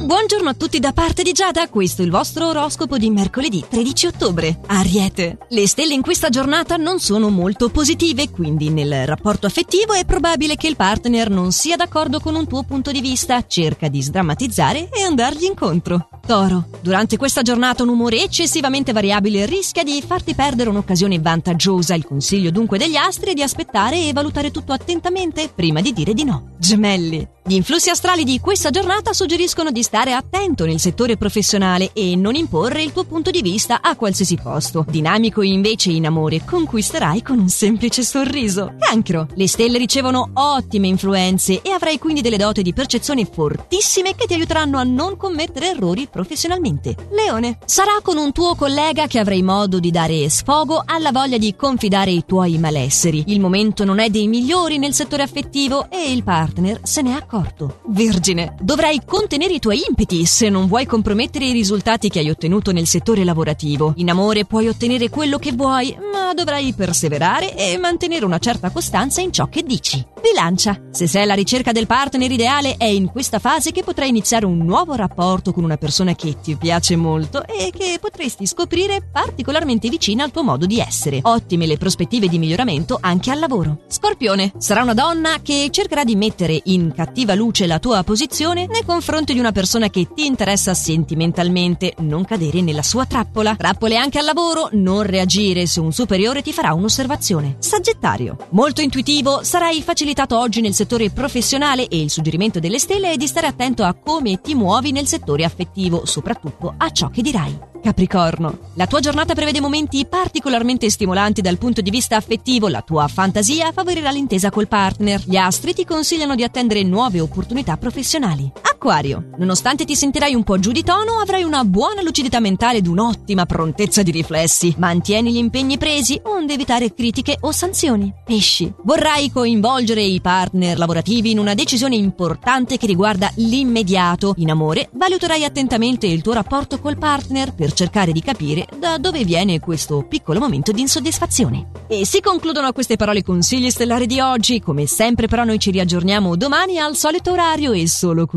Buongiorno a tutti da parte di Giada, questo è il vostro oroscopo di mercoledì 13 ottobre. Ariete, le stelle in questa giornata non sono molto positive, quindi nel rapporto affettivo è probabile che il partner non sia d'accordo con un tuo punto di vista, cerca di sdrammatizzare e andargli incontro. Toro, durante questa giornata un umore eccessivamente variabile rischia di farti perdere un'occasione vantaggiosa. Il consiglio dunque degli astri è di aspettare e valutare tutto attentamente prima di dire di no. Gemelli, gli influssi astrali di questa giornata suggeriscono di stare attento nel settore professionale e non imporre il tuo punto di vista a qualsiasi costo. Dinamico invece in amore, conquisterai con un semplice sorriso. Cancro, le stelle ricevono ottime influenze e avrai quindi delle doti di percezione fortissime che ti aiuteranno a non commettere errori professionalmente. Leone, sarà con un tuo collega che avrai modo di dare sfogo alla voglia di confidare i tuoi malesseri. Il momento non è dei migliori nel settore affettivo e il partner se ne è accorto. Vergine, dovrai contenere i tuoi impeti se non vuoi compromettere i risultati che hai ottenuto nel settore lavorativo. In amore puoi ottenere quello che vuoi, ma dovrai perseverare e mantenere una certa costanza in ciò che dici. Bilancia, se sei alla ricerca del partner ideale è in questa fase che potrai iniziare un nuovo rapporto con una persona che ti piace molto e che potresti scoprire particolarmente vicina al tuo modo di essere. Ottime le prospettive di miglioramento anche al lavoro. Scorpione, sarà una donna che cercherà di mettere in cattiva luce la tua posizione nei confronti di una persona che ti interessa sentimentalmente. Non cadere nella sua trappola. Trappole anche al lavoro, non reagire se un superiore ti farà un'osservazione. Sagittario, molto intuitivo, sarai facilitato oggi nel settore professionale e il suggerimento delle stelle è di stare attento a come ti muovi nel settore affettivo, soprattutto a ciò che dirai. Capricorno, la tua giornata prevede momenti particolarmente stimolanti dal punto di vista affettivo. La tua fantasia favorirà l'intesa col partner. Gli astri ti consigliano di attendere nuove opportunità professionali. Acquario, nonostante ti sentirai un po' giù di tono, avrai una buona lucidità mentale ed un'ottima prontezza di riflessi. Mantieni gli impegni presi, onde evitare critiche o sanzioni. Pesci, vorrai coinvolgere i partner lavorativi in una decisione importante che riguarda l'immediato. In amore, valuterai attentamente il tuo rapporto col partner per cercare di capire da dove viene questo piccolo momento di insoddisfazione. E si concludono a queste parole consigli stellari di oggi. Come sempre però noi ci riaggiorniamo domani al solito orario e solo qui